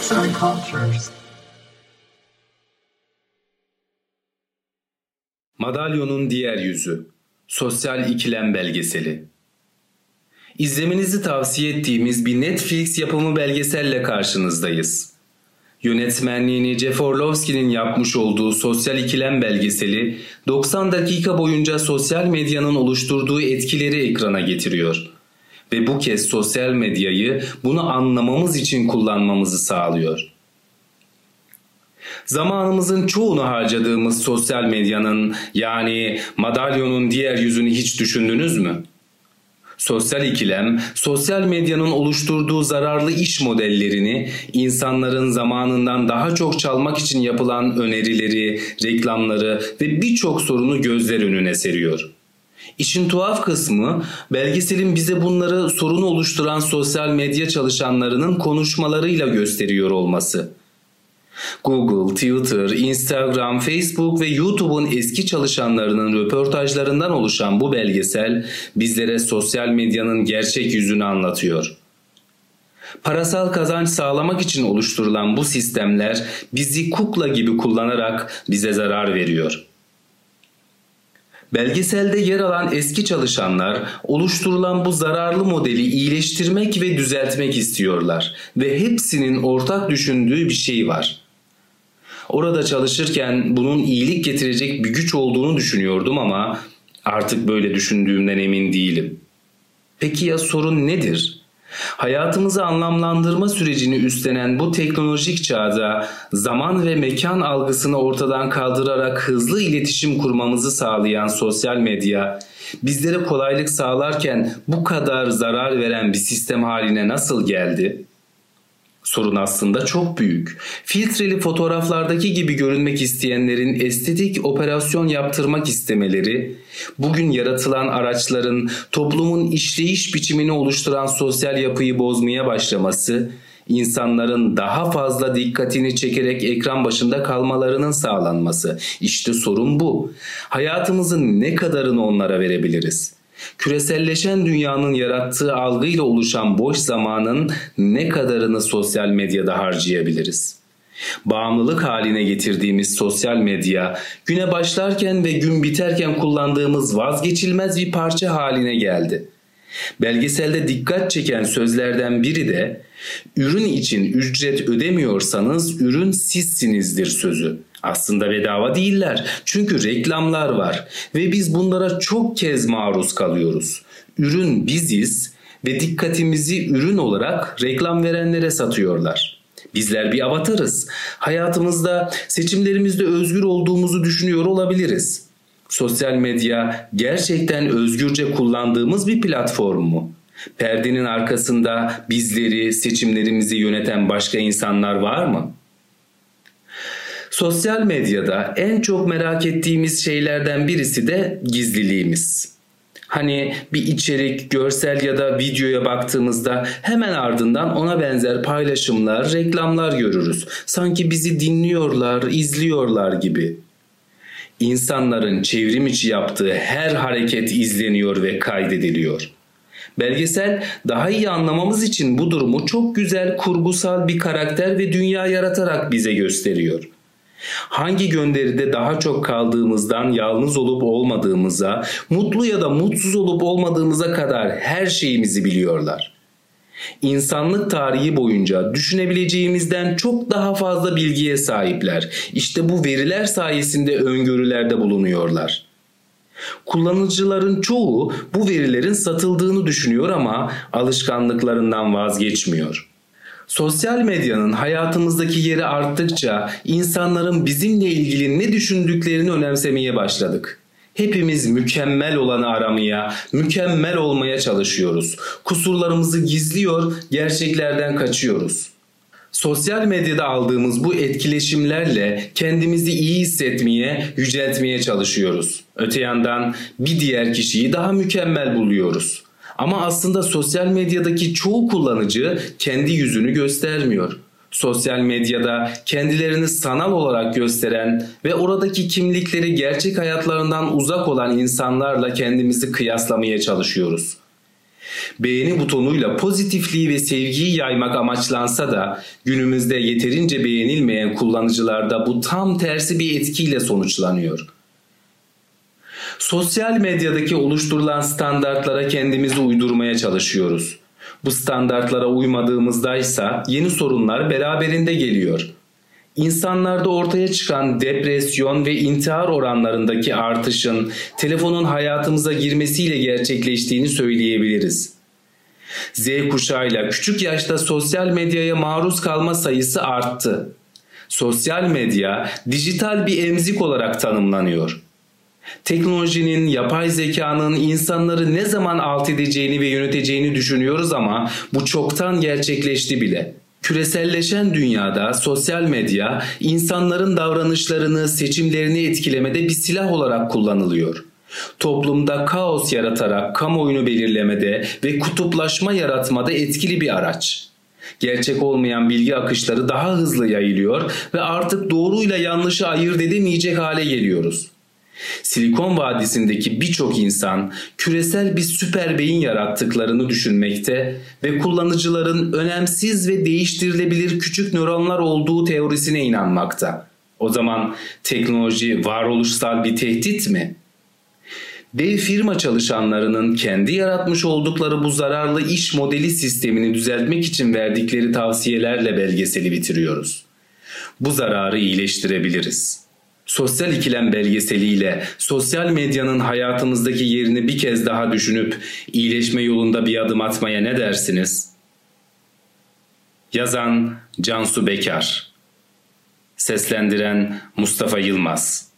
Arts and Cultures. Madalyonun Diğer Yüzü. Sosyal İkilem Belgeseli. İzlemenizi tavsiye ettiğimiz bir Netflix yapımı belgeselle karşınızdayız. Yönetmenliğini Jeff Orlovsky'nin yapmış olduğu Sosyal İkilem belgeseli 90 dakika boyunca sosyal medyanın oluşturduğu etkileri ekrana getiriyor. Ve bu kez sosyal medyayı bunu anlamamız için kullanmamızı sağlıyor. Zamanımızın çoğunu harcadığımız sosyal medyanın, yani madalyonun diğer yüzünü hiç düşündünüz mü? Sosyal ikilem, sosyal medyanın oluşturduğu zararlı iş modellerini, insanların zamanından daha çok çalmak için yapılan önerileri, reklamları ve birçok sorunu gözler önüne seriyor. İşin tuhaf kısmı, belgeselin bize bunları sorunu oluşturan sosyal medya çalışanlarının konuşmalarıyla gösteriyor olması. Google, Twitter, Instagram, Facebook ve YouTube'un eski çalışanlarının röportajlarından oluşan bu belgesel bizlere sosyal medyanın gerçek yüzünü anlatıyor. Parasal kazanç sağlamak için oluşturulan bu sistemler bizi kukla gibi kullanarak bize zarar veriyor. Belgeselde yer alan eski çalışanlar oluşturulan bu zararlı modeli iyileştirmek ve düzeltmek istiyorlar ve hepsinin ortak düşündüğü bir şey var. Orada çalışırken bunun iyilik getirecek bir güç olduğunu düşünüyordum ama artık böyle düşündüğümden emin değilim. Peki ya sorun nedir? Hayatımızı anlamlandırma sürecini üstlenen bu teknolojik çağda zaman ve mekan algısını ortadan kaldırarak hızlı iletişim kurmamızı sağlayan sosyal medya, bizlere kolaylık sağlarken bu kadar zarar veren bir sistem haline nasıl geldi? Sorun aslında çok büyük. Filtreli fotoğraflardaki gibi görünmek isteyenlerin estetik operasyon yaptırmak istemeleri, bugün yaratılan araçların toplumun işleyiş biçimini oluşturan sosyal yapıyı bozmaya başlaması, insanların daha fazla dikkatini çekerek ekran başında kalmalarının sağlanması. İşte sorun bu. Hayatımızın ne kadarını onlara verebiliriz? Küreselleşen dünyanın yarattığı algıyla oluşan boş zamanın ne kadarını sosyal medyada harcayabiliriz? Bağımlılık haline getirdiğimiz sosyal medya, güne başlarken ve gün biterken kullandığımız vazgeçilmez bir parça haline geldi. Belgeselde dikkat çeken sözlerden biri de "Ürün için ücret ödemiyorsanız ürün sizsinizdir" sözü. Aslında bedava değiller, çünkü reklamlar var ve biz bunlara çok kez maruz kalıyoruz. Ürün biziz ve dikkatimizi ürün olarak reklam verenlere satıyorlar. Bizler bir avatarız. Hayatımızda, seçimlerimizde özgür olduğumuzu düşünüyor olabiliriz. Sosyal medya gerçekten özgürce kullandığımız bir platform mu? Perdenin arkasında bizleri, seçimlerimizi yöneten başka insanlar var mı? Sosyal medyada en çok merak ettiğimiz şeylerden birisi de gizliliğimiz. Hani bir içerik, görsel ya da videoya baktığımızda hemen ardından ona benzer paylaşımlar, reklamlar görürüz. Sanki bizi dinliyorlar, izliyorlar gibi. İnsanların çevrim içi yaptığı her hareket izleniyor ve kaydediliyor. Belgesel daha iyi anlamamız için bu durumu çok güzel kurgusal bir karakter ve dünya yaratarak bize gösteriyor. Hangi gönderide daha çok kaldığımızdan yalnız olup olmadığımıza, mutlu ya da mutsuz olup olmadığımıza kadar her şeyimizi biliyorlar. İnsanlık tarihi boyunca düşünebileceğimizden çok daha fazla bilgiye sahipler. İşte bu veriler sayesinde öngörülerde bulunuyorlar. Kullanıcıların çoğu bu verilerin satıldığını düşünüyor ama alışkanlıklarından vazgeçmiyor. Sosyal medyanın hayatımızdaki yeri arttıkça insanların bizimle ilgili ne düşündüklerini önemsemeye başladık. Hepimiz mükemmel olanı aramaya, mükemmel olmaya çalışıyoruz. Kusurlarımızı gizliyor, gerçeklerden kaçıyoruz. Sosyal medyada aldığımız bu etkileşimlerle kendimizi iyi hissetmeye, yüceltmeye çalışıyoruz. Öte yandan bir diğer kişiyi daha mükemmel buluyoruz. Ama aslında sosyal medyadaki çoğu kullanıcı kendi yüzünü göstermiyor. Sosyal medyada kendilerini sanal olarak gösteren ve oradaki kimlikleri gerçek hayatlarından uzak olan insanlarla kendimizi kıyaslamaya çalışıyoruz. Beğeni butonuyla pozitifliği ve sevgiyi yaymak amaçlansa da günümüzde yeterince beğenilmeyen kullanıcılarda bu tam tersi bir etkiyle sonuçlanıyor. Sosyal medyadaki oluşturulan standartlara kendimizi uydurmaya çalışıyoruz. Bu standartlara uymadığımızdaysa yeni sorunlar beraberinde geliyor. İnsanlarda ortaya çıkan depresyon ve intihar oranlarındaki artışın telefonun hayatımıza girmesiyle gerçekleştiğini söyleyebiliriz. Z kuşağıyla küçük yaşta sosyal medyaya maruz kalma sayısı arttı. Sosyal medya dijital bir emzik olarak tanımlanıyor. Teknolojinin, yapay zekanın insanları ne zaman alt edeceğini ve yöneteceğini düşünüyoruz ama bu çoktan gerçekleşti bile. Küreselleşen dünyada sosyal medya insanların davranışlarını, seçimlerini etkilemede bir silah olarak kullanılıyor. Toplumda kaos yaratarak kamuoyunu belirlemede ve kutuplaşma yaratmada etkili bir araç. Gerçek olmayan bilgi akışları daha hızlı yayılıyor ve artık doğruyla yanlışı ayırt edemeyecek hale geliyoruz. Silikon Vadisi'ndeki birçok insan küresel bir süper beyin yarattıklarını düşünmekte ve kullanıcıların önemsiz ve değiştirilebilir küçük nöronlar olduğu teorisine inanmakta. O zaman teknoloji varoluşsal bir tehdit mi? Dev firma çalışanlarının kendi yaratmış oldukları bu zararlı iş modeli sistemini düzeltmek için verdikleri tavsiyelerle belgeseli bitiriyoruz. Bu zararı iyileştirebiliriz. Sosyal İkilem belgeseliyle sosyal medyanın hayatımızdaki yerini bir kez daha düşünüp iyileşme yolunda bir adım atmaya ne dersiniz? Yazan Cansu Bekar. Seslendiren Mustafa Yılmaz.